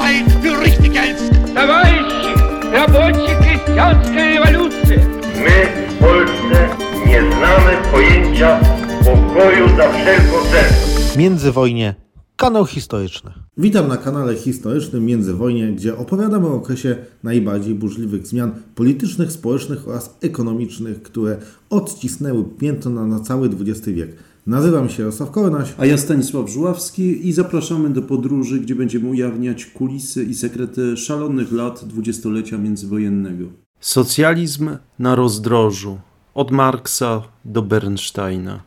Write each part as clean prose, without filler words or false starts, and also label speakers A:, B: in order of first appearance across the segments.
A: Freiheit für richtig hältst.
B: Товарищи, рабочая крестьянская революция.
C: My w Polsce nie znamy pojęcia pokoju za wszelką cenę.
D: Międzywojnie. Kanał historyczny.
E: Witam na kanale historycznym Międzywojnie, gdzie opowiadamy o okresie najbardziej burzliwych zmian politycznych, społecznych oraz ekonomicznych, które odcisnęły piętno na cały XX wiek. Nazywam się Jarosław Kornaś.
F: A ja Stanisław Żuławski i zapraszamy do podróży, gdzie będziemy ujawniać kulisy i sekrety szalonych lat dwudziestolecia międzywojennego. Socjalizm na rozdrożu. Od Marksa do Bernsteina.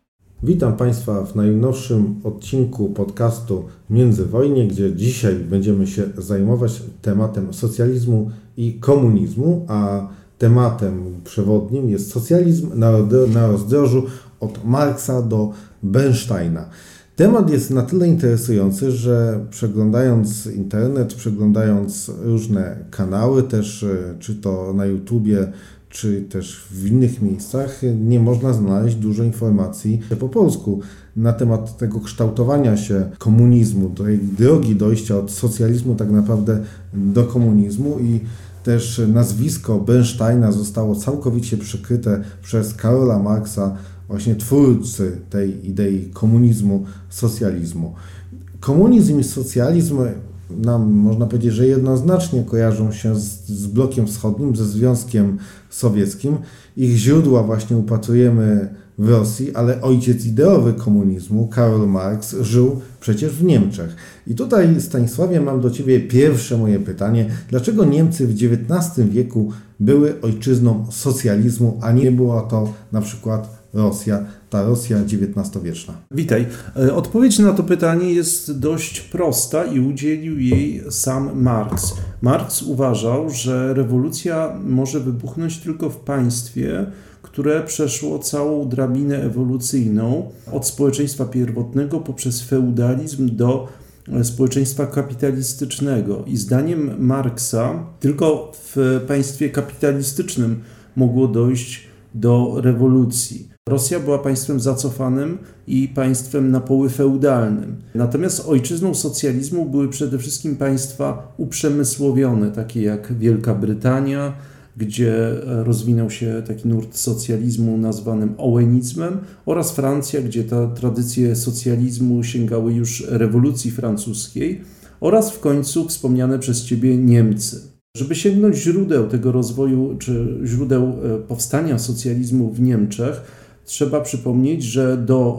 E: Witam Państwa w najnowszym odcinku podcastu Międzywojnie, gdzie dzisiaj będziemy się zajmować tematem socjalizmu i komunizmu, a tematem przewodnim jest socjalizm na rozdrożu od Marksa do Bernsteina. Temat jest na tyle interesujący, że przeglądając internet, przeglądając różne kanały też, czy to na YouTubie, czy też w innych miejscach, nie można znaleźć dużo informacji po polsku na temat tego kształtowania się komunizmu, tej drogi dojścia od socjalizmu tak naprawdę do komunizmu i też nazwisko Bernsteina zostało całkowicie przykryte przez Karola Marksa, właśnie twórcy tej idei komunizmu, socjalizmu. Komunizm i socjalizm nam można powiedzieć, że jednoznacznie kojarzą się z blokiem wschodnim, ze Związkiem Sowieckim. Ich źródła właśnie upatrujemy w Rosji, ale ojciec ideowy komunizmu, Karol Marks, żył przecież w Niemczech. I tutaj, Stanisławie, mam do Ciebie pierwsze moje pytanie. Dlaczego Niemcy w XIX wieku były ojczyzną socjalizmu, a nie była to na przykład Rosja, ta Rosja XIX-wieczna?
F: Witaj. Odpowiedź na to pytanie jest dość prosta i udzielił jej sam Marks. Marks uważał, że rewolucja może wybuchnąć tylko w państwie, które przeszło całą drabinę ewolucyjną od społeczeństwa pierwotnego poprzez feudalizm do społeczeństwa kapitalistycznego. I zdaniem Marksa tylko w państwie kapitalistycznym mogło dojść do rewolucji. Rosja była państwem zacofanym i państwem na poły feudalnym. Natomiast ojczyzną socjalizmu były przede wszystkim państwa uprzemysłowione, takie jak Wielka Brytania, gdzie rozwinął się taki nurt socjalizmu nazwanym owenizmem, oraz Francja, gdzie te tradycje socjalizmu sięgały już rewolucji francuskiej, oraz w końcu wspomniane przez Ciebie Niemcy. Żeby sięgnąć źródeł tego rozwoju, czy źródeł powstania socjalizmu w Niemczech, trzeba przypomnieć, że do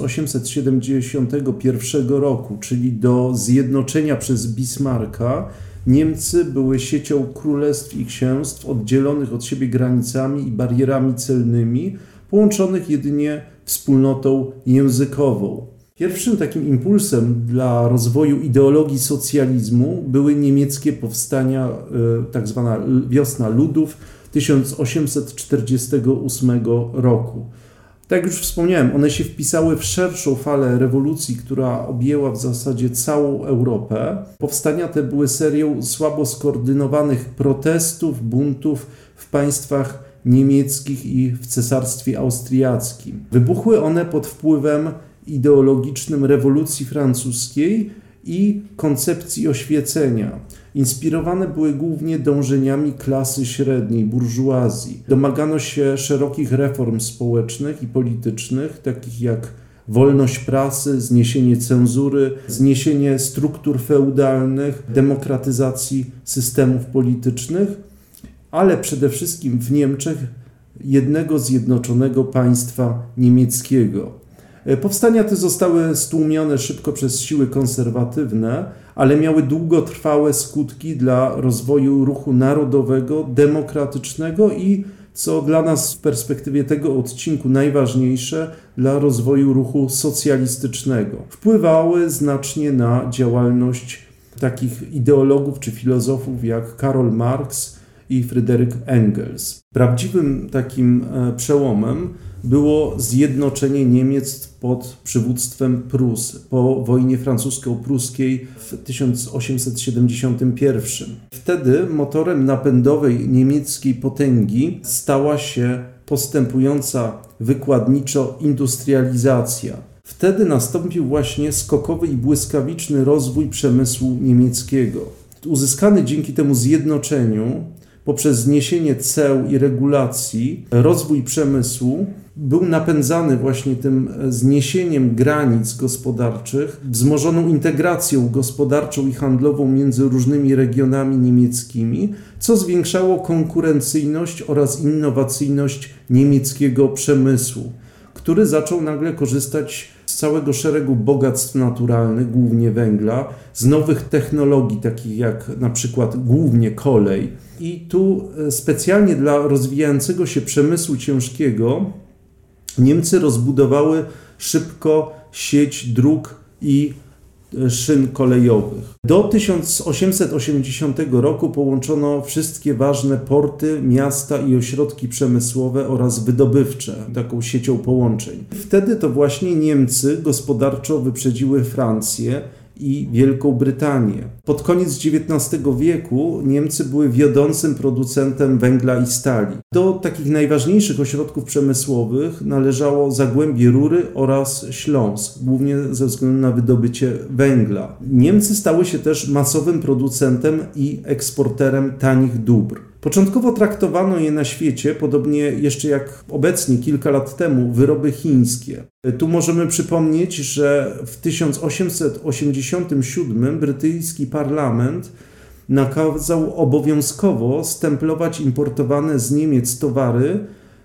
F: 1871 roku, czyli do zjednoczenia przez Bismarcka, Niemcy były siecią królestw i księstw oddzielonych od siebie granicami i barierami celnymi, połączonych jedynie wspólnotą językową. Pierwszym takim impulsem dla rozwoju ideologii socjalizmu były niemieckie powstania, tak zwana Wiosna Ludów 1848 roku. Tak jak już wspomniałem, one się wpisały w szerszą falę rewolucji, która objęła w zasadzie całą Europę. Powstania te były serią słabo skoordynowanych protestów, buntów w państwach niemieckich i w Cesarstwie Austriackim. Wybuchły one pod wpływem ideologicznym rewolucji francuskiej i koncepcji oświecenia. Inspirowane były głównie dążeniami klasy średniej, burżuazji. Domagano się szerokich reform społecznych i politycznych, takich jak wolność prasy, zniesienie cenzury, zniesienie struktur feudalnych, demokratyzacji systemów politycznych, ale przede wszystkim w Niemczech jednego zjednoczonego państwa niemieckiego. Powstania te zostały stłumione szybko przez siły konserwatywne, ale miały długotrwałe skutki dla rozwoju ruchu narodowego, demokratycznego i, co dla nas w perspektywie tego odcinku najważniejsze, dla rozwoju ruchu socjalistycznego. Wpływały znacznie na działalność takich ideologów czy filozofów jak Karol Marx i Fryderyk Engels. Prawdziwym takim przełomem było zjednoczenie Niemiec pod przywództwem Prus po wojnie francusko-pruskiej w 1871. Wtedy motorem napędowej niemieckiej potęgi stała się postępująca wykładniczo industrializacja. Wtedy nastąpił właśnie skokowy i błyskawiczny rozwój przemysłu niemieckiego. Uzyskany dzięki temu zjednoczeniu poprzez zniesienie ceł i regulacji rozwój przemysłu był napędzany właśnie tym zniesieniem granic gospodarczych, wzmożoną integracją gospodarczą i handlową między różnymi regionami niemieckimi, co zwiększało konkurencyjność oraz innowacyjność niemieckiego przemysłu, który zaczął nagle korzystać z całego szeregu bogactw naturalnych, głównie węgla, z nowych technologii, takich jak na przykład głównie kolej. I tu specjalnie dla rozwijającego się przemysłu ciężkiego Niemcy rozbudowały szybko sieć dróg i szyn kolejowych. Do 1880 roku połączono wszystkie ważne porty, miasta i ośrodki przemysłowe oraz wydobywcze taką siecią połączeń. Wtedy to właśnie Niemcy gospodarczo wyprzedziły Francję i Wielką Brytanię. Pod koniec XIX wieku Niemcy były wiodącym producentem węgla i stali. Do takich najważniejszych ośrodków przemysłowych należało Zagłębie Rury oraz Śląsk, głównie ze względu na wydobycie węgla. Niemcy stały się też masowym producentem i eksporterem tanich dóbr. Początkowo traktowano je na świecie, podobnie jeszcze jak obecnie kilka lat temu, wyroby chińskie. Tu możemy przypomnieć, że w 1887 brytyjski parlament nakazał obowiązkowo stemplować importowane z Niemiec towary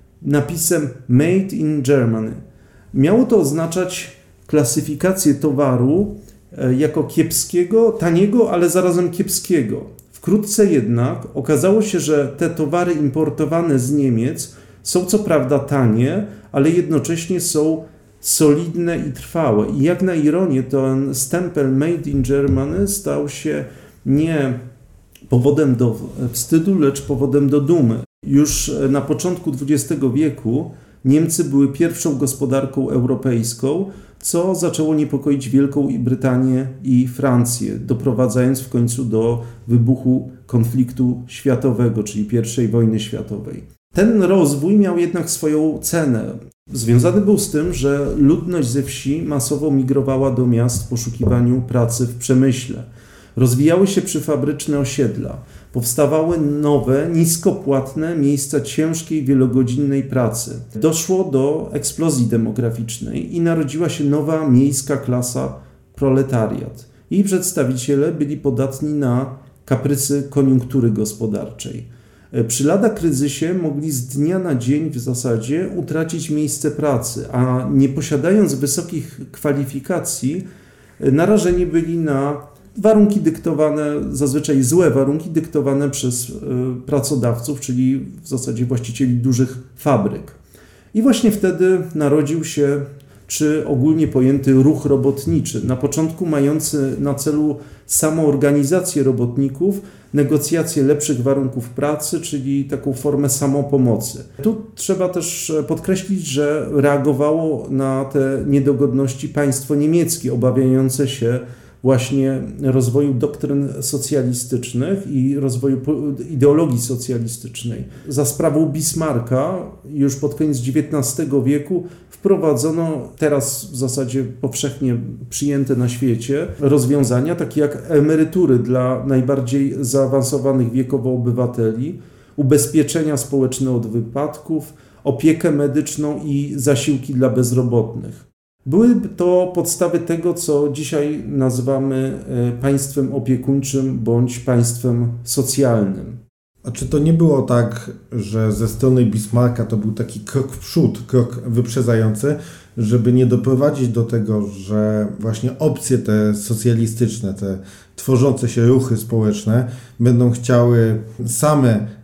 F: napisem Made in Germany. Miało to oznaczać klasyfikację towaru jako kiepskiego, taniego, ale zarazem kiepskiego. Wkrótce jednak okazało się, że te towary importowane z Niemiec są co prawda tanie, ale jednocześnie są solidne i trwałe. I jak na ironię, ten stempel Made in Germany stał się nie powodem do wstydu, lecz powodem do dumy. Już na początku XX wieku Niemcy były pierwszą gospodarką europejską, co zaczęło niepokoić Wielką Brytanię i Francję, doprowadzając w końcu do wybuchu konfliktu światowego, czyli I wojny światowej. Ten rozwój miał jednak swoją cenę. Związany był z tym, że ludność ze wsi masowo migrowała do miast w poszukiwaniu pracy w przemyśle. Rozwijały się przyfabryczne osiedla. Powstawały nowe, niskopłatne miejsca ciężkiej, wielogodzinnej pracy. Doszło do eksplozji demograficznej i narodziła się nowa miejska klasa proletariat. Jej przedstawiciele byli podatni na kaprysy koniunktury gospodarczej. Przy lada kryzysie mogli z dnia na dzień w zasadzie utracić miejsce pracy, a nie posiadając wysokich kwalifikacji, narażeni byli na warunki dyktowane, zazwyczaj złe warunki dyktowane przez pracodawców, czyli w zasadzie właścicieli dużych fabryk. I właśnie wtedy narodził się, czy ogólnie pojęty ruch robotniczy, na początku mający na celu samoorganizację robotników, negocjację lepszych warunków pracy, czyli taką formę samopomocy. Tu trzeba też podkreślić, że reagowało na te niedogodności państwo niemieckie, obawiające się właśnie rozwoju doktryn socjalistycznych i rozwoju ideologii socjalistycznej. Za sprawą Bismarcka już pod koniec XIX wieku wprowadzono teraz w zasadzie powszechnie przyjęte na świecie rozwiązania takie jak emerytury dla najbardziej zaawansowanych wiekowo obywateli, ubezpieczenia społeczne od wypadków, opiekę medyczną i zasiłki dla bezrobotnych. Były to podstawy tego, co dzisiaj nazywamy państwem opiekuńczym bądź państwem socjalnym.
E: A czy to nie było tak, że ze strony Bismarcka to był taki krok w przód, krok wyprzedzający, żeby nie doprowadzić do tego, że właśnie opcje te socjalistyczne, te tworzące się ruchy społeczne będą chciały same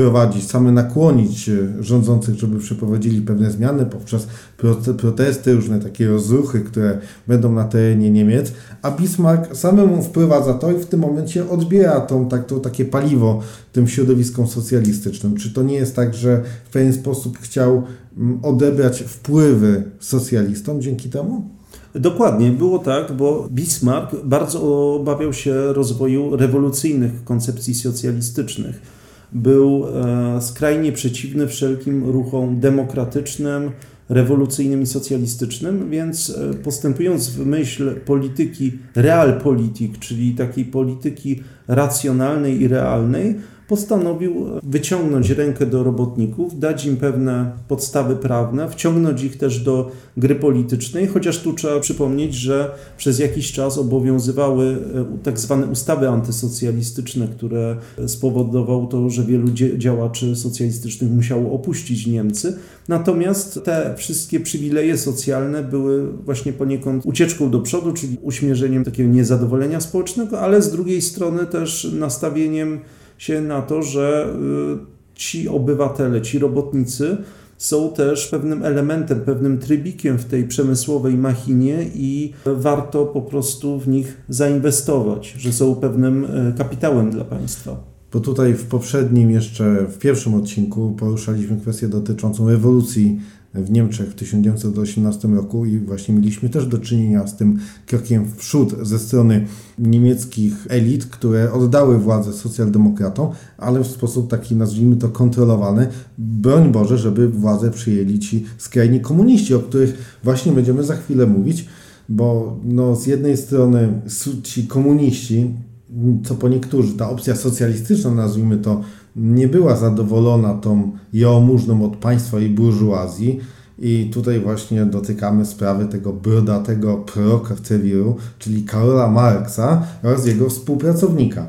E: nakłonić rządzących, żeby przeprowadzili pewne zmiany poprzez protesty, różne takie rozruchy, które będą na terenie Niemiec, a Bismarck samemu wprowadza to i w tym momencie odbiera takie paliwo tym środowiskom socjalistycznym. Czy to nie jest tak, że w pewien sposób chciał odebrać wpływy socjalistom dzięki temu?
F: Dokładnie, było tak, bo Bismarck bardzo obawiał się rozwoju rewolucyjnych koncepcji socjalistycznych. Był skrajnie przeciwny wszelkim ruchom demokratycznym, rewolucyjnym i socjalistycznym, więc postępując w myśl polityki realpolitik, czyli takiej polityki racjonalnej i realnej, postanowił wyciągnąć rękę do robotników, dać im pewne podstawy prawne, wciągnąć ich też do gry politycznej, chociaż tu trzeba przypomnieć, że przez jakiś czas obowiązywały tak zwane ustawy antysocjalistyczne, które spowodowało to, że wielu działaczy socjalistycznych musiało opuścić Niemcy. Natomiast te wszystkie przywileje socjalne były właśnie poniekąd ucieczką do przodu, czyli uśmierzeniem takiego niezadowolenia społecznego, ale z drugiej strony też nastawieniem się na to, że ci obywatele, ci robotnicy są też pewnym elementem, pewnym trybikiem w tej przemysłowej machinie i warto po prostu w nich zainwestować, że są pewnym kapitałem dla państwa.
E: Bo tutaj w pierwszym odcinku poruszaliśmy kwestię dotyczącą rewolucji w Niemczech w 1918 roku i właśnie mieliśmy też do czynienia z tym krokiem w przód ze strony niemieckich elit, które oddały władzę socjaldemokratom, ale w sposób taki, nazwijmy to, kontrolowany. Broń Boże, żeby władzę przyjęli ci skrajni komuniści, o których właśnie będziemy za chwilę mówić, bo z jednej strony ci komuniści, co po niektórzy, ta opcja socjalistyczna, nazwijmy to, nie była zadowolona tą jałmużną od państwa i burżuazji i tutaj właśnie dotykamy sprawy tego brodatego proroka w Cewiru, czyli Karola Marksa oraz jego współpracownika.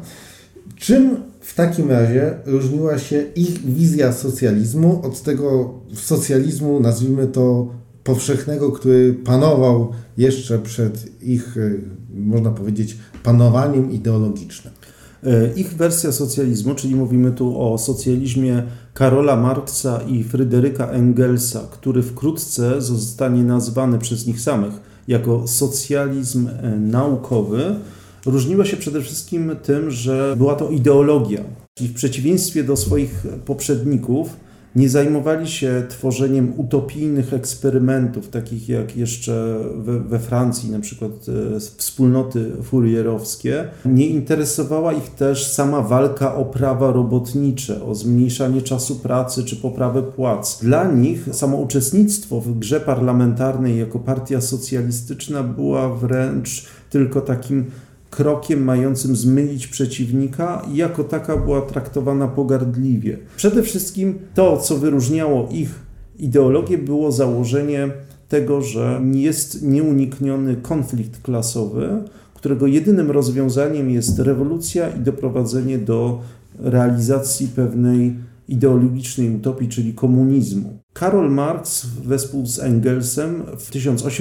E: Czym w takim razie różniła się ich wizja socjalizmu od tego socjalizmu, nazwijmy to, powszechnego, który panował jeszcze przed ich, można powiedzieć, panowaniem ideologicznym?
F: Ich wersja socjalizmu, czyli mówimy tu o socjalizmie Karola Marksa i Fryderyka Engelsa, który wkrótce zostanie nazwany przez nich samych jako socjalizm naukowy, różniła się przede wszystkim tym, że była to ideologia. Czyli w przeciwieństwie do swoich poprzedników nie zajmowali się tworzeniem utopijnych eksperymentów, takich jak jeszcze we Francji, na przykład wspólnoty furierowskie. Nie interesowała ich też sama walka o prawa robotnicze, o zmniejszanie czasu pracy czy poprawę płac. Dla nich samo uczestnictwo w grze parlamentarnej jako partia socjalistyczna była wręcz tylko takim krokiem mającym zmylić przeciwnika i jako taka była traktowana pogardliwie. Przede wszystkim to, co wyróżniało ich ideologię, było założenie tego, że jest nieunikniony konflikt klasowy, którego jedynym rozwiązaniem jest rewolucja i doprowadzenie do realizacji pewnej ideologicznej utopii, czyli komunizmu. Karol Marx wespół z Engelsem w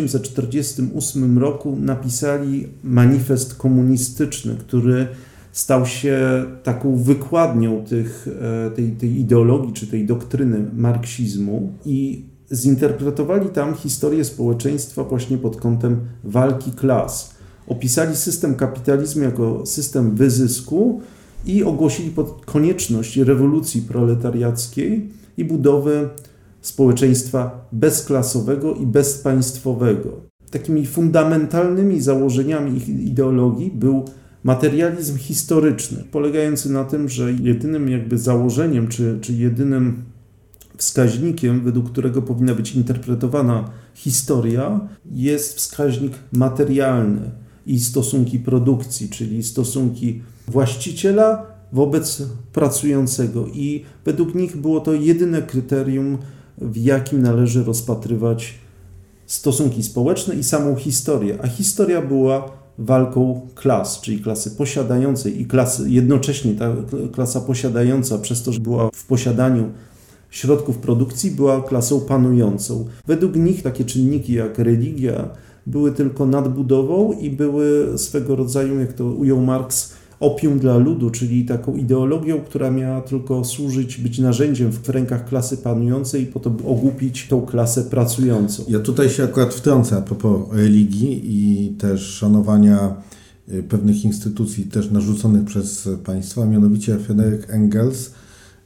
F: 1848 roku napisali manifest komunistyczny, który stał się taką wykładnią tej ideologii czy tej doktryny marksizmu i zinterpretowali tam historię społeczeństwa właśnie pod kątem walki klas. Opisali system kapitalizmu jako system wyzysku i ogłosili konieczność rewolucji proletariackiej i budowy społeczeństwa bezklasowego i bezpaństwowego. Takimi fundamentalnymi założeniami ich ideologii był materializm historyczny, polegający na tym, że jedynym założeniem czy jedynym wskaźnikiem, według którego powinna być interpretowana historia, jest wskaźnik materialny i stosunki produkcji, czyli stosunki właściciela wobec pracującego. I według nich było to jedyne kryterium, w jakim należy rozpatrywać stosunki społeczne i samą historię. A historia była walką klas, czyli klasy posiadającej i klasy, jednocześnie ta klasa posiadająca, przez to, że była w posiadaniu środków produkcji, była klasą panującą. Według nich takie czynniki jak religia były tylko nadbudową i były swego rodzaju, jak to ujął Marx, opium dla ludu, czyli taką ideologią, która miała tylko służyć, być narzędziem w rękach klasy panującej i po to ogłupić tą klasę pracującą.
E: Ja tutaj się akurat wtrącę a propos religii i też szanowania pewnych instytucji też narzuconych przez państwa, mianowicie Fryderyk Engels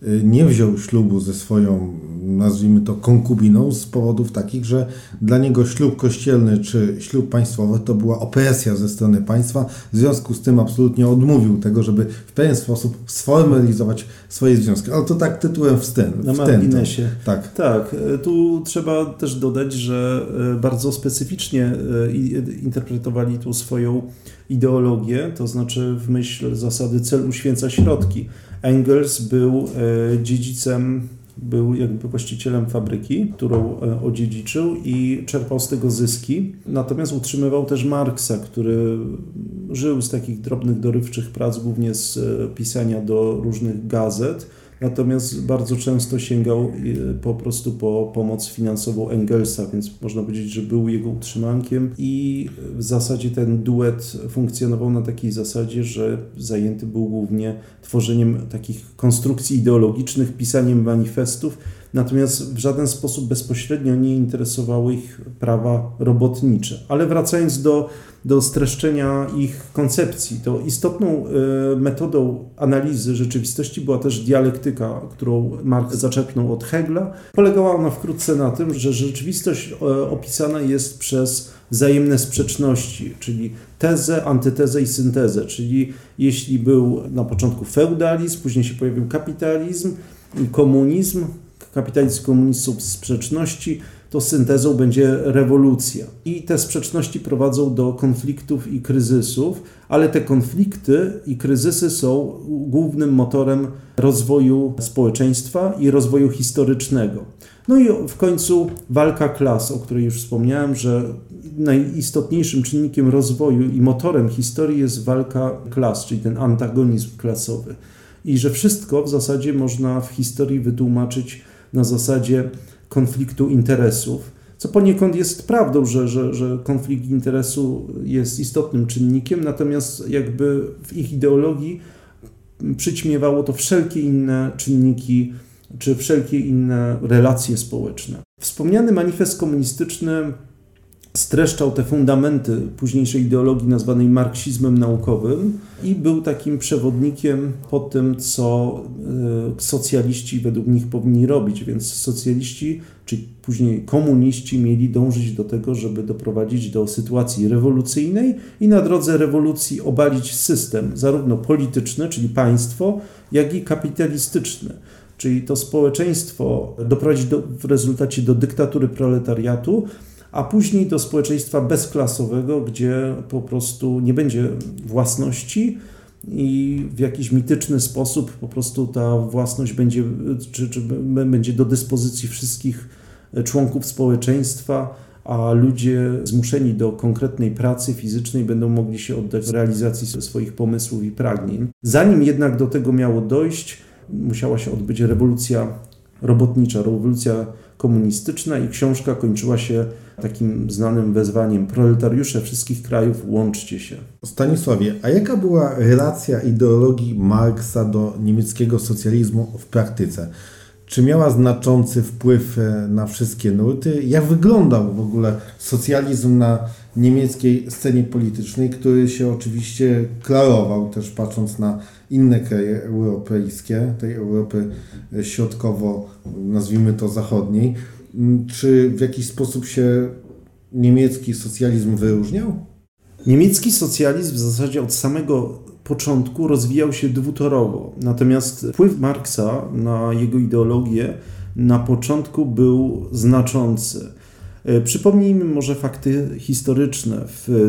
E: nie wziął ślubu ze swoją, nazwijmy to, konkubiną z powodów takich, że dla niego ślub kościelny czy ślub państwowy to była opresja ze strony państwa. W związku z tym absolutnie odmówił tego, żeby w pewien sposób sformalizować swoje związki. Ale to tak tytułem wstępu.
F: Na marginesie.
E: Tak.
F: Tu trzeba też dodać, że bardzo specyficznie interpretowali tu swoją ideologię, to znaczy w myśl zasady cel uświęca środki. Engels był dziedzicem, był jakby właścicielem fabryki, którą odziedziczył i czerpał z tego zyski. Natomiast utrzymywał też Marksa, który żył z takich drobnych, dorywczych prac, głównie z pisania do różnych gazet. Natomiast bardzo często sięgał po prostu po pomoc finansową Engelsa, więc można powiedzieć, że był jego utrzymankiem i w zasadzie ten duet funkcjonował na takiej zasadzie, że zajęty był głównie tworzeniem takich konstrukcji ideologicznych, pisaniem manifestów, natomiast w żaden sposób bezpośrednio nie interesowały ich prawa robotnicze. Ale wracając do streszczenia ich koncepcji, to istotną metodą analizy rzeczywistości była też dialektyka, którą Marx zaczerpnął od Hegla. Polegała ona wkrótce na tym, że rzeczywistość opisana jest przez wzajemne sprzeczności, czyli tezę, antytezę i syntezę, czyli jeśli był na początku feudalizm, później się pojawił kapitalizm i komunizm, kapitalizm i komunizm są w sprzeczności, to syntezą będzie rewolucja. I te sprzeczności prowadzą do konfliktów i kryzysów, ale te konflikty i kryzysy są głównym motorem rozwoju społeczeństwa i rozwoju historycznego. No i w końcu walka klas, o której już wspomniałem, że najistotniejszym czynnikiem rozwoju i motorem historii jest walka klas, czyli ten antagonizm klasowy. I że wszystko w zasadzie można w historii wytłumaczyć na zasadzie konfliktu interesów, co poniekąd jest prawdą, że konflikt interesu jest istotnym czynnikiem, natomiast jakby w ich ideologii przyćmiewało to wszelkie inne czynniki czy wszelkie inne relacje społeczne. Wspomniany manifest komunistyczny streszczał te fundamenty późniejszej ideologii nazwanej marksizmem naukowym i był takim przewodnikiem po tym, co socjaliści według nich powinni robić. Więc socjaliści, czy później komuniści mieli dążyć do tego, żeby doprowadzić do sytuacji rewolucyjnej i na drodze rewolucji obalić system zarówno polityczny, czyli państwo, jak i kapitalistyczny. Czyli to społeczeństwo doprowadzić w rezultacie do dyktatury proletariatu, a później do społeczeństwa bezklasowego, gdzie po prostu nie będzie własności i w jakiś mityczny sposób po prostu ta własność będzie, będzie do dyspozycji wszystkich członków społeczeństwa, a ludzie zmuszeni do konkretnej pracy fizycznej będą mogli się oddać realizacji swoich pomysłów i pragnień. Zanim jednak do tego miało dojść, musiała się odbyć rewolucja robotnicza, rewolucja komunistyczna i książka kończyła się takim znanym wezwaniem: proletariusze wszystkich krajów, łączcie się.
E: Stanisławie, a jaka była relacja ideologii Marksa do niemieckiego socjalizmu w praktyce? Czy miała znaczący wpływ na wszystkie nurty? Jak wyglądał w ogóle socjalizm na niemieckiej scenie politycznej, który się oczywiście klarował, też patrząc na inne kraje europejskie, tej Europy środkowo, nazwijmy to zachodniej? Czy w jakiś sposób się niemiecki socjalizm wyróżniał?
F: Niemiecki socjalizm w zasadzie od samego początku rozwijał się dwutorowo, natomiast wpływ Marksa na jego ideologię na początku był znaczący. Przypomnijmy może fakty historyczne. W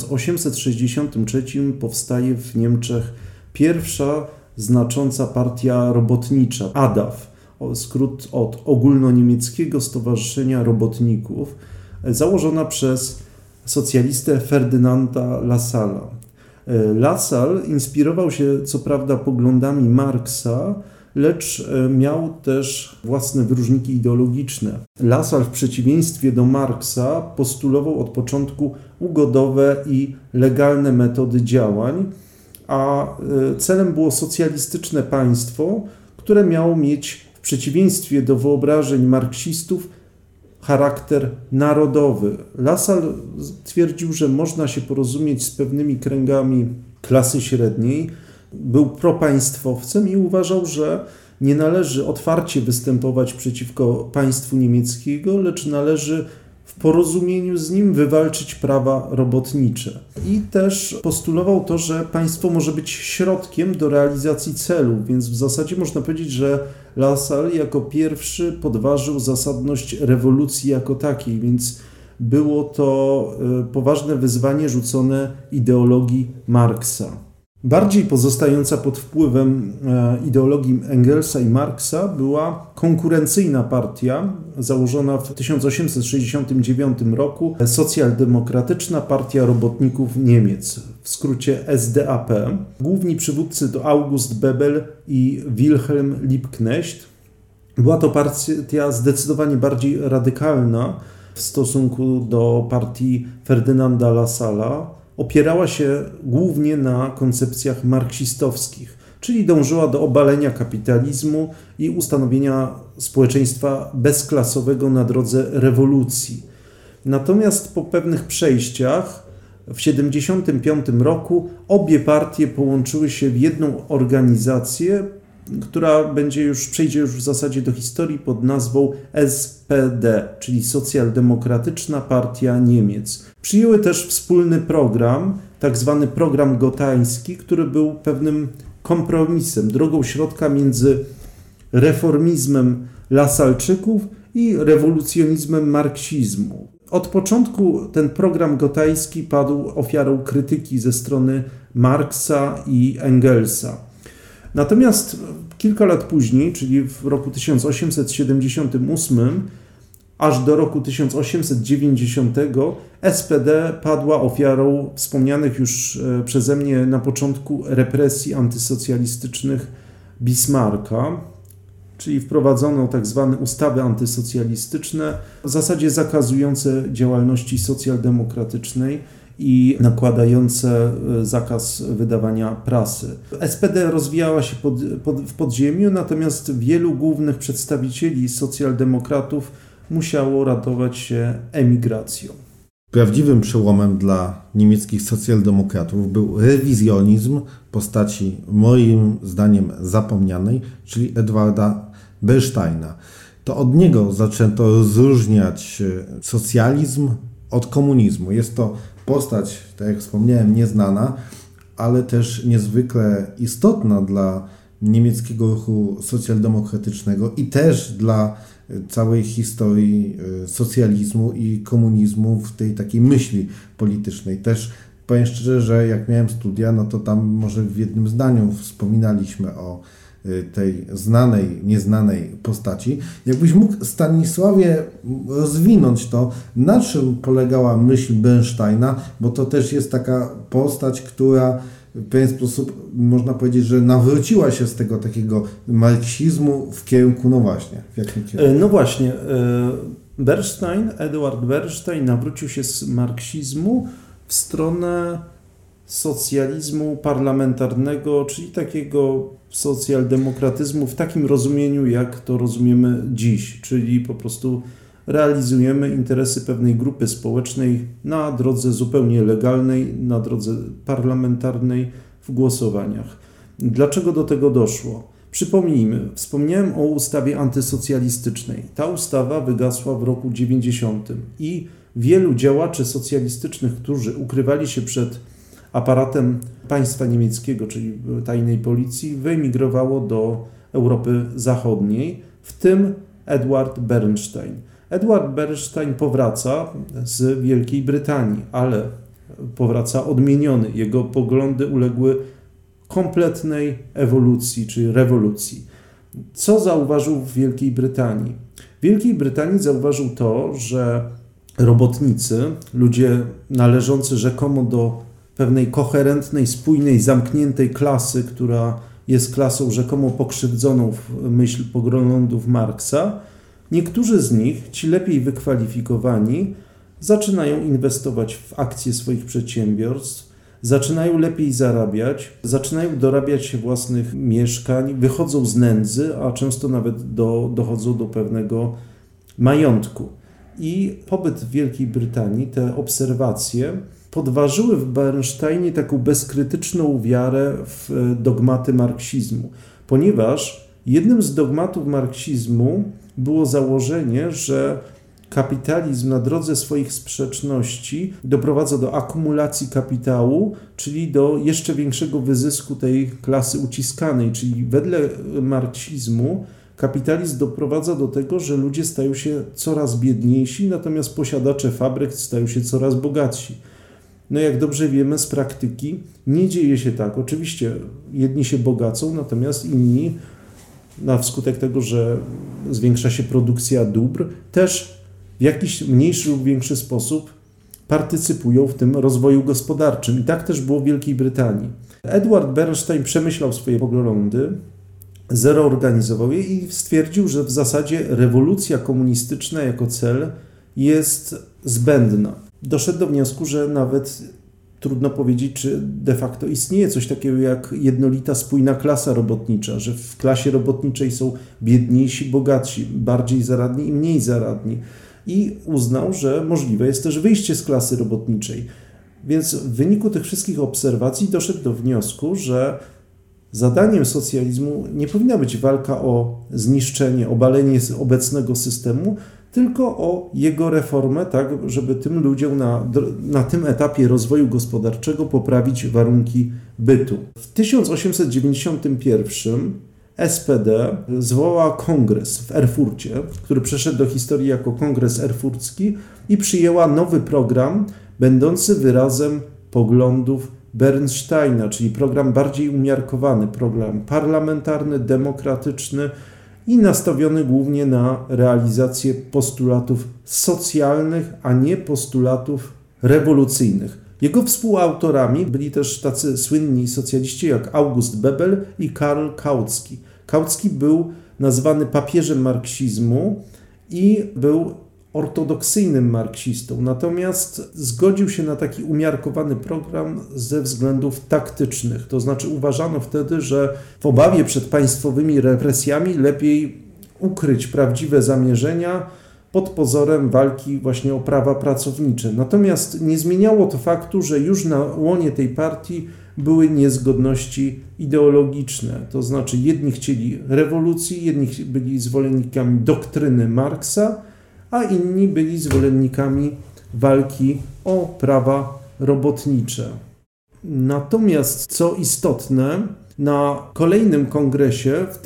F: 1863 powstaje w Niemczech pierwsza znacząca partia robotnicza, ADAF, skrót od Ogólnoniemieckiego Stowarzyszenia Robotników, założona przez socjalistę Ferdynanda Lassala. Lassalle inspirował się co prawda poglądami Marksa, lecz miał też własne wyróżniki ideologiczne. Lassalle w przeciwieństwie do Marksa postulował od początku ugodowe i legalne metody działań, a celem było socjalistyczne państwo, które miało mieć w przeciwieństwie do wyobrażeń marksistów charakter narodowy. Lassalle twierdził, że można się porozumieć z pewnymi kręgami klasy średniej, był propaństwowcem i uważał, że nie należy otwarcie występować przeciwko państwu niemieckiego, lecz należy w porozumieniu z nim wywalczyć prawa robotnicze. I też postulował to, że państwo może być środkiem do realizacji celów, więc w zasadzie można powiedzieć, że Lassalle jako pierwszy podważył zasadność rewolucji jako takiej, więc było to poważne wyzwanie rzucone ideologii Marksa. Bardziej pozostająca pod wpływem ideologii Engelsa i Marksa była konkurencyjna partia założona w 1869 roku, Socjaldemokratyczna Partia Robotników Niemiec, w skrócie SDAP. Główni przywódcy to August Bebel i Wilhelm Liebknecht. Była to partia zdecydowanie bardziej radykalna w stosunku do partii Ferdynanda Lassalla. Opierała się głównie na koncepcjach marksistowskich, czyli dążyła do obalenia kapitalizmu i ustanowienia społeczeństwa bezklasowego na drodze rewolucji. Natomiast po pewnych przejściach w 1975 roku obie partie połączyły się w jedną organizację, która przejdzie już w zasadzie do historii pod nazwą SPD, czyli Socjaldemokratyczna Partia Niemiec. Przyjęły też wspólny program, tak zwany program gotański, który był pewnym kompromisem, drogą środka między reformizmem Lassalczyków i rewolucjonizmem marksizmu. Od początku ten program gotański padł ofiarą krytyki ze strony Marksa i Engelsa. Natomiast kilka lat później, czyli w roku 1878, aż do roku 1890, SPD padła ofiarą wspomnianych już przeze mnie na początku represji antysocjalistycznych Bismarcka, czyli wprowadzono tak zwane ustawy antysocjalistyczne, w zasadzie zakazujące działalności socjaldemokratycznej i nakładające zakaz wydawania prasy. SPD rozwijała się w podziemiu, natomiast wielu głównych przedstawicieli socjaldemokratów musiało ratować się emigracją.
E: Prawdziwym przełomem dla niemieckich socjaldemokratów był rewizjonizm postaci moim zdaniem zapomnianej, czyli Edwarda Bernsteina. To od niego zaczęto rozróżniać socjalizm od komunizmu. Jest to postać, tak jak wspomniałem, nieznana, ale też niezwykle istotna dla niemieckiego ruchu socjaldemokratycznego i też dla całej historii socjalizmu i komunizmu w tej takiej myśli politycznej. Też powiem szczerze, że jak miałem studia, no to tam może w jednym zdaniu wspominaliśmy o tej znanej, nieznanej postaci. Jakbyś mógł, Stanisławie, rozwinąć to, na czym polegała myśl Bernsteina, bo to też jest taka postać, która w pewien sposób można powiedzieć, że nawróciła się z tego takiego marksizmu w kierunku, no właśnie, w jakim kierunku?
F: No właśnie, Edward Bernstein nawrócił się z marksizmu w stronę socjalizmu parlamentarnego, czyli takiego socjaldemokratyzmu w takim rozumieniu, jak to rozumiemy dziś, czyli po prostu realizujemy interesy pewnej grupy społecznej na drodze zupełnie legalnej, na drodze parlamentarnej w głosowaniach. Dlaczego do tego doszło? Przypomnijmy, wspomniałem o ustawie antysocjalistycznej. Ta ustawa wygasła w roku 90 i wielu działaczy socjalistycznych, którzy ukrywali się przed aparatem państwa niemieckiego, czyli tajnej policji, wyemigrowało do Europy Zachodniej, w tym Edward Bernstein. Edward Bernstein powraca z Wielkiej Brytanii, ale powraca odmieniony. Jego poglądy uległy kompletnej ewolucji, czy rewolucji. Co zauważył w Wielkiej Brytanii? W Wielkiej Brytanii zauważył to, że robotnicy, ludzie należący rzekomo do pewnej koherentnej, spójnej, zamkniętej klasy, która jest klasą rzekomo pokrzywdzoną w myśl poglądów Marksa, niektórzy z nich, ci lepiej wykwalifikowani, zaczynają inwestować w akcje swoich przedsiębiorstw, zaczynają lepiej zarabiać, zaczynają dorabiać się własnych mieszkań, wychodzą z nędzy, a często nawet dochodzą do pewnego majątku. I pobyt w Wielkiej Brytanii, te obserwacje podważyły w Bernsteinie taką bezkrytyczną wiarę w dogmaty marksizmu, ponieważ Jednym z dogmatów marksizmu było założenie, że kapitalizm na drodze swoich sprzeczności doprowadza do akumulacji kapitału, czyli do jeszcze większego wyzysku tej klasy uciskanej. Czyli wedle marksizmu kapitalizm doprowadza do tego, że ludzie stają się coraz biedniejsi, natomiast posiadacze fabryk stają się coraz bogatsi. No jak dobrze wiemy z praktyki, nie dzieje się tak. Oczywiście jedni się bogacą, natomiast inni na wskutek tego, że zwiększa się produkcja dóbr, też w jakiś mniejszy lub większy sposób partycypują w tym rozwoju gospodarczym. I tak też było w Wielkiej Brytanii. Edward Bernstein przemyślał swoje poglądy, zreorganizował je i stwierdził, że w zasadzie rewolucja komunistyczna jako cel jest zbędna. Doszedł do wniosku, że nawet trudno powiedzieć, czy de facto istnieje coś takiego jak jednolita, spójna klasa robotnicza, że w klasie robotniczej są biedniejsi, bogatsi, bardziej zaradni i mniej zaradni. I uznał, że możliwe jest też wyjście z klasy robotniczej. Więc w wyniku tych wszystkich obserwacji doszedł do wniosku, że zadaniem socjalizmu nie powinna być walka o zniszczenie, obalenie obecnego systemu, tylko o jego reformę, tak, żeby tym ludziom na tym etapie rozwoju gospodarczego poprawić warunki bytu. W 1891 SPD zwołała kongres w Erfurcie, który przeszedł do historii jako kongres erfurcki i przyjęła nowy program, będący wyrazem poglądów Bernsteina, czyli program bardziej umiarkowany, program parlamentarny, demokratyczny i nastawiony głównie na realizację postulatów socjalnych, a nie postulatów rewolucyjnych. Jego współautorami byli też tacy słynni socjaliści jak August Bebel i Karl Kautsky. Kautsky był nazwany papieżem marksizmu i był ortodoksyjnym marksistą, natomiast zgodził się na taki umiarkowany program ze względów taktycznych. To znaczy uważano wtedy, że w obawie przed państwowymi represjami lepiej ukryć prawdziwe zamierzenia pod pozorem walki właśnie o prawa pracownicze. Natomiast nie zmieniało to faktu, że już na łonie tej partii były niezgodności ideologiczne. To znaczy jedni chcieli rewolucji, jedni byli zwolennikami doktryny Marksa, a inni byli zwolennikami walki o prawa robotnicze. Natomiast co istotne, na kolejnym kongresie w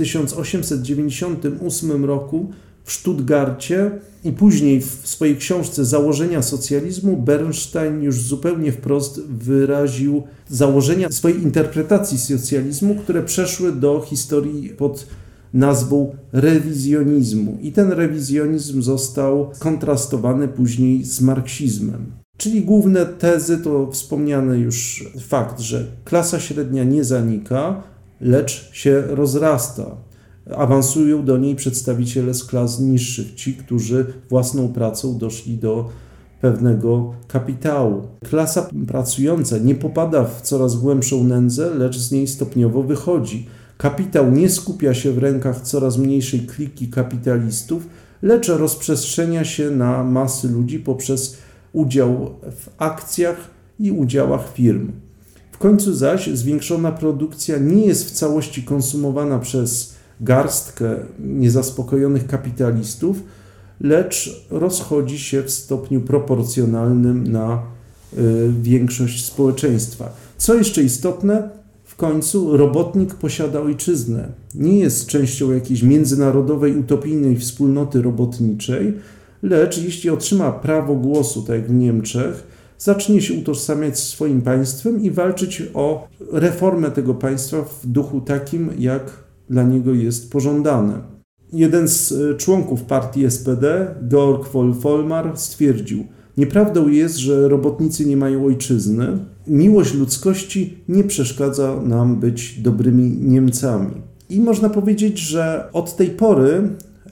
F: 1898 roku w Stuttgarcie i później w swojej książce Założenia socjalizmu Bernstein już zupełnie wprost wyraził założenia swojej interpretacji socjalizmu, które przeszły do historii pod nazwą rewizjonizmu. I ten rewizjonizm został kontrastowany później z marksizmem. Czyli główne tezy to wspomniany już fakt, że klasa średnia nie zanika, lecz się rozrasta. Awansują do niej przedstawiciele z klas niższych, ci, którzy własną pracą doszli do pewnego kapitału. Klasa pracująca nie popada w coraz głębszą nędzę, lecz z niej stopniowo wychodzi. Kapitał nie skupia się w rękach coraz mniejszej kliki kapitalistów, lecz rozprzestrzenia się na masy ludzi poprzez udział w akcjach i udziałach firm. W końcu zaś zwiększona produkcja nie jest w całości konsumowana przez garstkę niezaspokojonych kapitalistów, lecz rozchodzi się w stopniu proporcjonalnym na większość społeczeństwa. Co jeszcze istotne, w końcu robotnik posiada ojczyznę. Nie jest częścią jakiejś międzynarodowej, utopijnej wspólnoty robotniczej, lecz jeśli otrzyma prawo głosu, tak jak w Niemczech, zacznie się utożsamiać z swoim państwem i walczyć o reformę tego państwa w duchu takim, jak dla niego jest pożądane. Jeden z członków partii SPD, Georg Vollmar, stwierdził: nieprawdą jest, że robotnicy nie mają ojczyzny. Miłość ludzkości nie przeszkadza nam być dobrymi Niemcami. I można powiedzieć, że od tej pory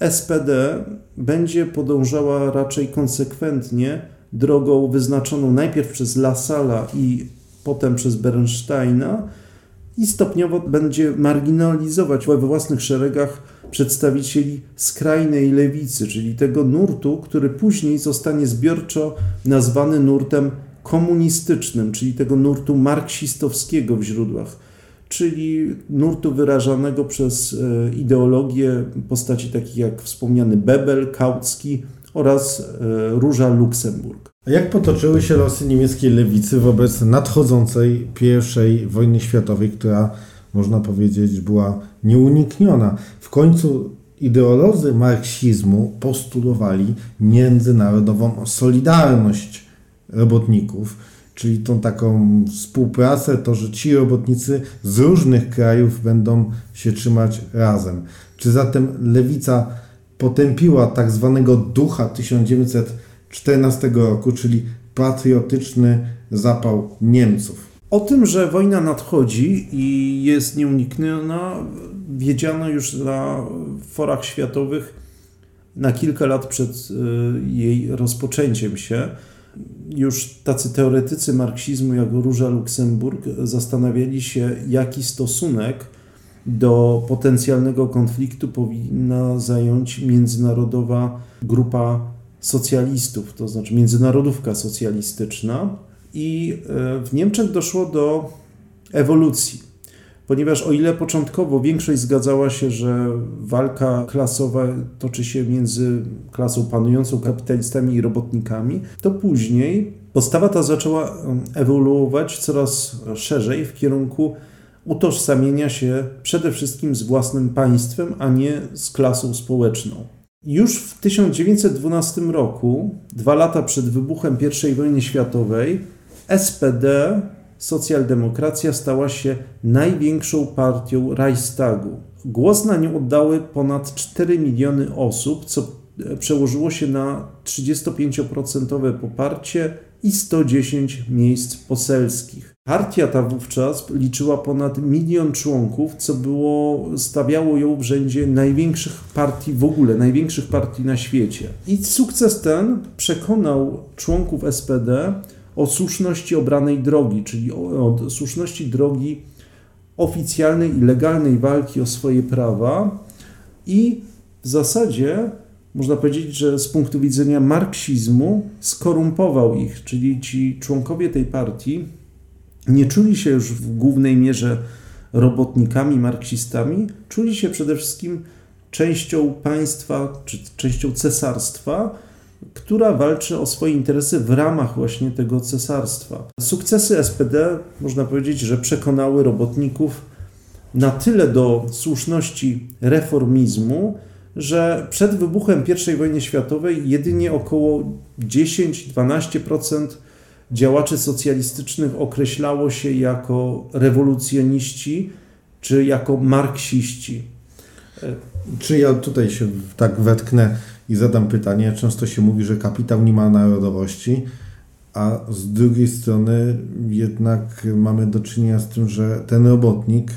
F: SPD będzie podążała raczej konsekwentnie drogą wyznaczoną najpierw przez Lassala i potem przez Bernsteina i stopniowo będzie marginalizować we własnych szeregach przedstawicieli skrajnej lewicy, czyli tego nurtu, który później zostanie zbiorczo nazwany nurtem komunistycznym, czyli tego nurtu marksistowskiego w źródłach. czyli nurtu wyrażanego przez ideologię postaci takich jak wspomniany Bebel, Kautsky oraz Róża Luksemburg.
E: A jak potoczyły się losy niemieckiej lewicy wobec nadchodzącej I wojny światowej, która, można powiedzieć, była nieunikniona? W końcu ideolodzy marksizmu postulowali międzynarodową solidarność robotników, czyli tą taką współpracę, to, że ci robotnicy z różnych krajów będą się trzymać razem. Czy zatem lewica potępiła tak zwanego ducha 1914 roku, czyli patriotyczny zapał Niemców?
F: O tym, że wojna nadchodzi i jest nieunikniona, wiedziano już na forach światowych na kilka lat przed jej rozpoczęciem się. Już tacy teoretycy marksizmu jak Róża Luksemburg zastanawiali się, jaki stosunek do potencjalnego konfliktu powinna zająć międzynarodowa grupa socjalistów, to znaczy międzynarodówka socjalistyczna. I w Niemczech doszło do ewolucji, ponieważ o ile początkowo większość zgadzała się, że walka klasowa toczy się między klasą panującą, kapitalistami i robotnikami, to później postawa ta zaczęła ewoluować coraz szerzej w kierunku utożsamienia się przede wszystkim z własnym państwem, a nie z klasą społeczną. Już w 1912 roku, 2 lata przed wybuchem I wojny światowej, SPD, socjaldemokracja, stała się największą partią Reichstagu. Głos na nią oddały ponad 4 miliony osób, co przełożyło się na 35% poparcie i 110 miejsc poselskich. Partia ta wówczas liczyła ponad 1 milion członków, co stawiało ją w rzędzie największych partii w ogóle, największych partii na świecie. I sukces ten przekonał członków SPD o słuszności obranej drogi, czyli o słuszności drogi oficjalnej i legalnej walki o swoje prawa i w zasadzie można powiedzieć, że z punktu widzenia marksizmu skorumpował ich, czyli ci członkowie tej partii nie czuli się już w głównej mierze robotnikami, marksistami, czuli się przede wszystkim częścią państwa, czy częścią cesarstwa, która walczy o swoje interesy w ramach właśnie tego cesarstwa. Sukcesy SPD, można powiedzieć, że przekonały robotników na tyle do słuszności reformizmu, że przed wybuchem I wojny światowej jedynie około 10-12% działaczy socjalistycznych określało się jako rewolucjoniści czy jako marksiści.
E: Czy ja tutaj się tak wetknę i zadam pytanie. Często się mówi, że kapitał nie ma narodowości, a z drugiej strony jednak mamy do czynienia z tym, że ten robotnik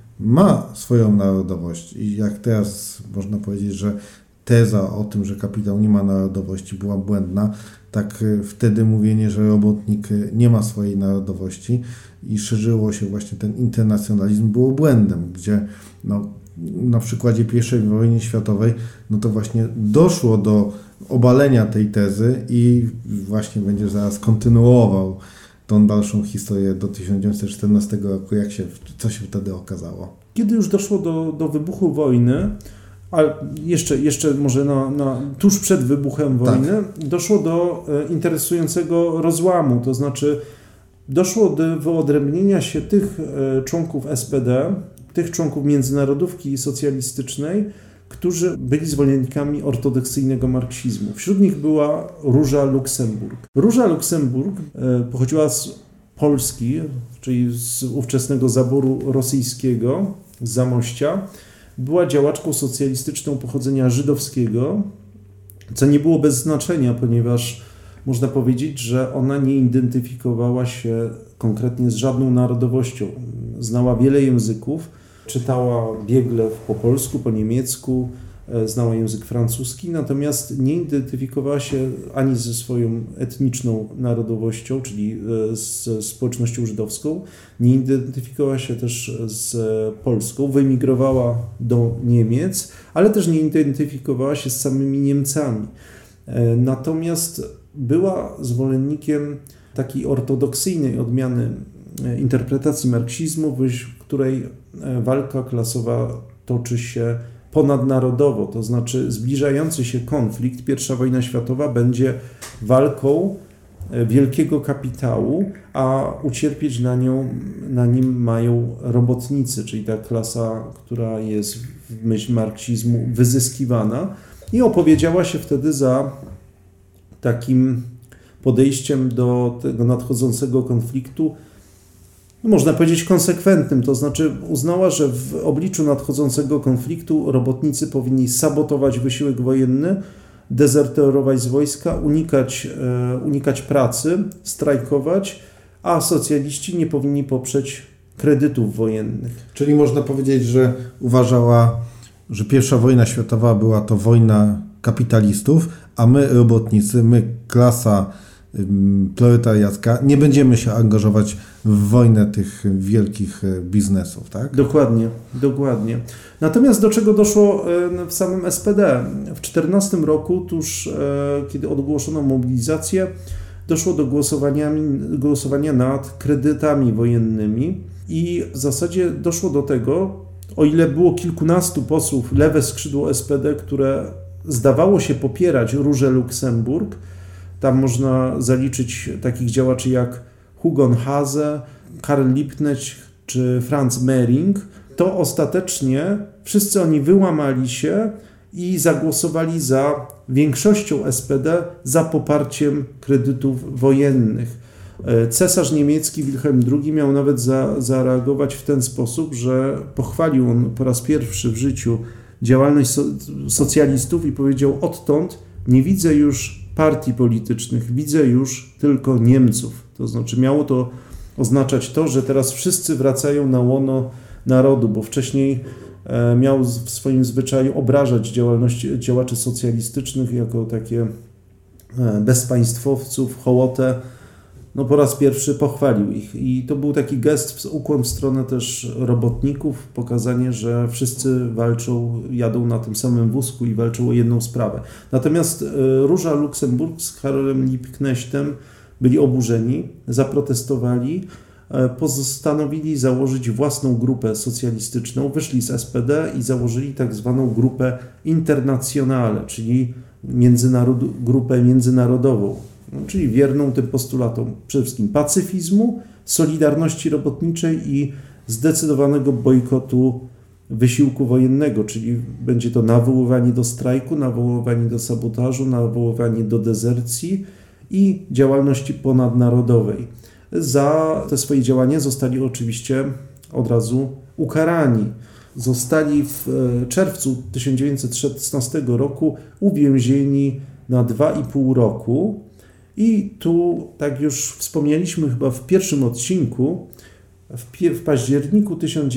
E: ma swoją narodowość. I jak teraz można powiedzieć, że teza o tym, że kapitał nie ma narodowości była błędna, tak wtedy mówienie, że robotnik nie ma swojej narodowości i szerzyło się właśnie ten internacjonalizm było błędem, gdzie na przykładzie I wojny światowej, to właśnie doszło do obalenia tej tezy i właśnie będzie zaraz kontynuował tą dalszą historię do 1914 roku, co się wtedy okazało.
F: Kiedy już doszło do wybuchu wojny, a jeszcze może tuż przed wybuchem wojny, doszło do interesującego rozłamu, to znaczy doszło do wyodrębnienia się tych członków SPD, tych członków międzynarodówki socjalistycznej, którzy byli zwolennikami ortodoksyjnego marksizmu. Wśród nich była Róża Luksemburg. Róża Luksemburg pochodziła z Polski, czyli z ówczesnego zaboru rosyjskiego, z Zamościa. Była działaczką socjalistyczną pochodzenia żydowskiego, co nie było bez znaczenia, ponieważ można powiedzieć, że ona nie identyfikowała się konkretnie z żadną narodowością. Znała wiele języków, czytała biegle po polsku, po niemiecku, znała język francuski, natomiast nie identyfikowała się ani ze swoją etniczną narodowością, czyli z społecznością żydowską, nie identyfikowała się też z Polską, wyemigrowała do Niemiec, ale też nie identyfikowała się z samymi Niemcami. Natomiast była zwolennikiem takiej ortodoksyjnej odmiany interpretacji marksizmu, w której walka klasowa toczy się ponadnarodowo, to znaczy zbliżający się konflikt, I wojna światowa będzie walką wielkiego kapitału, a ucierpieć na nim mają robotnicy, czyli ta klasa, która jest w myśl marksizmu wyzyskiwana, i opowiedziała się wtedy za takim podejściem do tego nadchodzącego konfliktu, można powiedzieć konsekwentnym, to znaczy uznała, że w obliczu nadchodzącego konfliktu robotnicy powinni sabotować wysiłek wojenny, dezerterować z wojska, unikać pracy, strajkować, a socjaliści nie powinni poprzeć kredytów wojennych.
E: Czyli można powiedzieć, że uważała, że I wojna światowa była to wojna kapitalistów, a my robotnicy, my klasa proletariacka, nie będziemy się angażować w wojnę tych wielkich biznesów, tak?
F: Dokładnie. Natomiast do czego doszło w samym SPD? W 1914 roku, tuż kiedy ogłoszono mobilizację, doszło do głosowania nad kredytami wojennymi i w zasadzie doszło do tego, o ile było kilkunastu posłów, lewe skrzydło SPD, które zdawało się popierać Różę Luksemburg, tam można zaliczyć takich działaczy jak Hugo Hase, Karl Liebknecht czy Franz Mehring, to ostatecznie wszyscy oni wyłamali się i zagłosowali za większością SPD za poparciem kredytów wojennych. Cesarz niemiecki Wilhelm II miał nawet zareagować w ten sposób, że pochwalił on po raz pierwszy w życiu działalność socjalistów i powiedział: odtąd nie widzę już partii politycznych, widzę już tylko Niemców. To znaczy miało to oznaczać to, że teraz wszyscy wracają na łono narodu, bo wcześniej miał w swoim zwyczaju obrażać działalność działaczy socjalistycznych jako takie bezpaństwowców, hołotę. No po raz pierwszy pochwalił ich i to był taki gest, ukłon w stronę też robotników, pokazanie, że wszyscy walczą, jadą na tym samym wózku i walczą o jedną sprawę. Natomiast Róża Luksemburg z Karolem Liebknechtem byli oburzeni, zaprotestowali, postanowili założyć własną grupę socjalistyczną, wyszli z SPD i założyli tak zwaną grupę Internationale, czyli grupę międzynarodową, czyli wierną tym postulatom przede wszystkim pacyfizmu, solidarności robotniczej i zdecydowanego bojkotu wysiłku wojennego, czyli będzie to nawoływanie do strajku, nawoływanie do sabotażu, nawoływanie do dezercji i działalności ponadnarodowej. Za te swoje działania zostali oczywiście od razu ukarani. Zostali w czerwcu 1916 roku uwięzieni na 2,5 roku. I tu, tak już wspomnieliśmy chyba w pierwszym odcinku, w październiku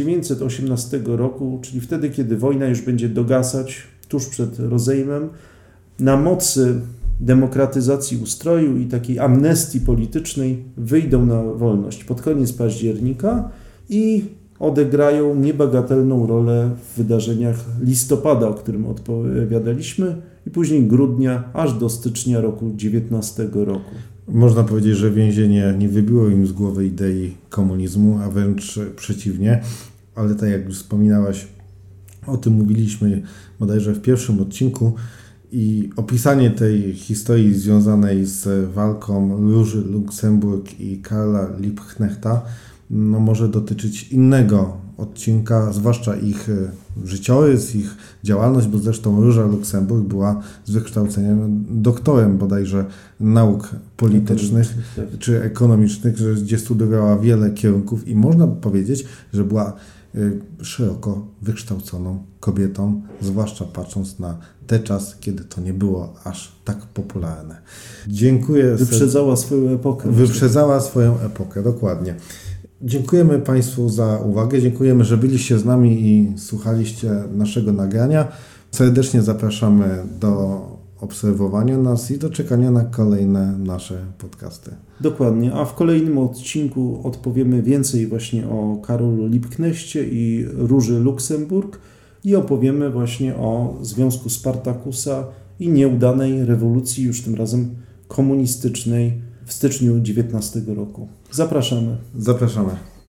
F: 1918 roku, czyli wtedy, kiedy wojna już będzie dogasać, tuż przed rozejmem, na mocy demokratyzacji ustroju i takiej amnestii politycznej wyjdą na wolność pod koniec października i odegrają niebagatelną rolę w wydarzeniach listopada, o którym odpowiadaliśmy, i później grudnia, aż do stycznia roku 19 roku.
E: Można powiedzieć, że więzienie nie wybiło im z głowy idei komunizmu, a wręcz przeciwnie, ale tak jak już wspominałaś, o tym mówiliśmy bodajże w pierwszym odcinku i opisanie tej historii związanej z walką Róży Luksemburg i Karla Liebknechta może dotyczyć innego odcinka, zwłaszcza ich życiorys, ich działalność, bo zresztą Róża Luksemburg była z wykształcenia doktorem bodajże nauk politycznych czy ekonomicznych, gdzie studiowała wiele kierunków i można by powiedzieć, że była szeroko wykształconą kobietą, zwłaszcza patrząc na ten czas, kiedy to nie było aż tak popularne. Dziękuję.
F: Wyprzedzała swoją epokę.
E: Wyprzedzała swoją epokę, dokładnie. Dziękujemy Państwu za uwagę, dziękujemy, że byliście z nami i słuchaliście naszego nagrania. Serdecznie zapraszamy do obserwowania nas i do czekania na kolejne nasze podcasty.
F: Dokładnie, a w kolejnym odcinku odpowiemy więcej właśnie o Karolu Liebknechcie i Róży Luksemburg i opowiemy właśnie o związku Spartakusa i nieudanej rewolucji, już tym razem komunistycznej w styczniu 19 roku. Zapraszamy.
E: Zapraszamy.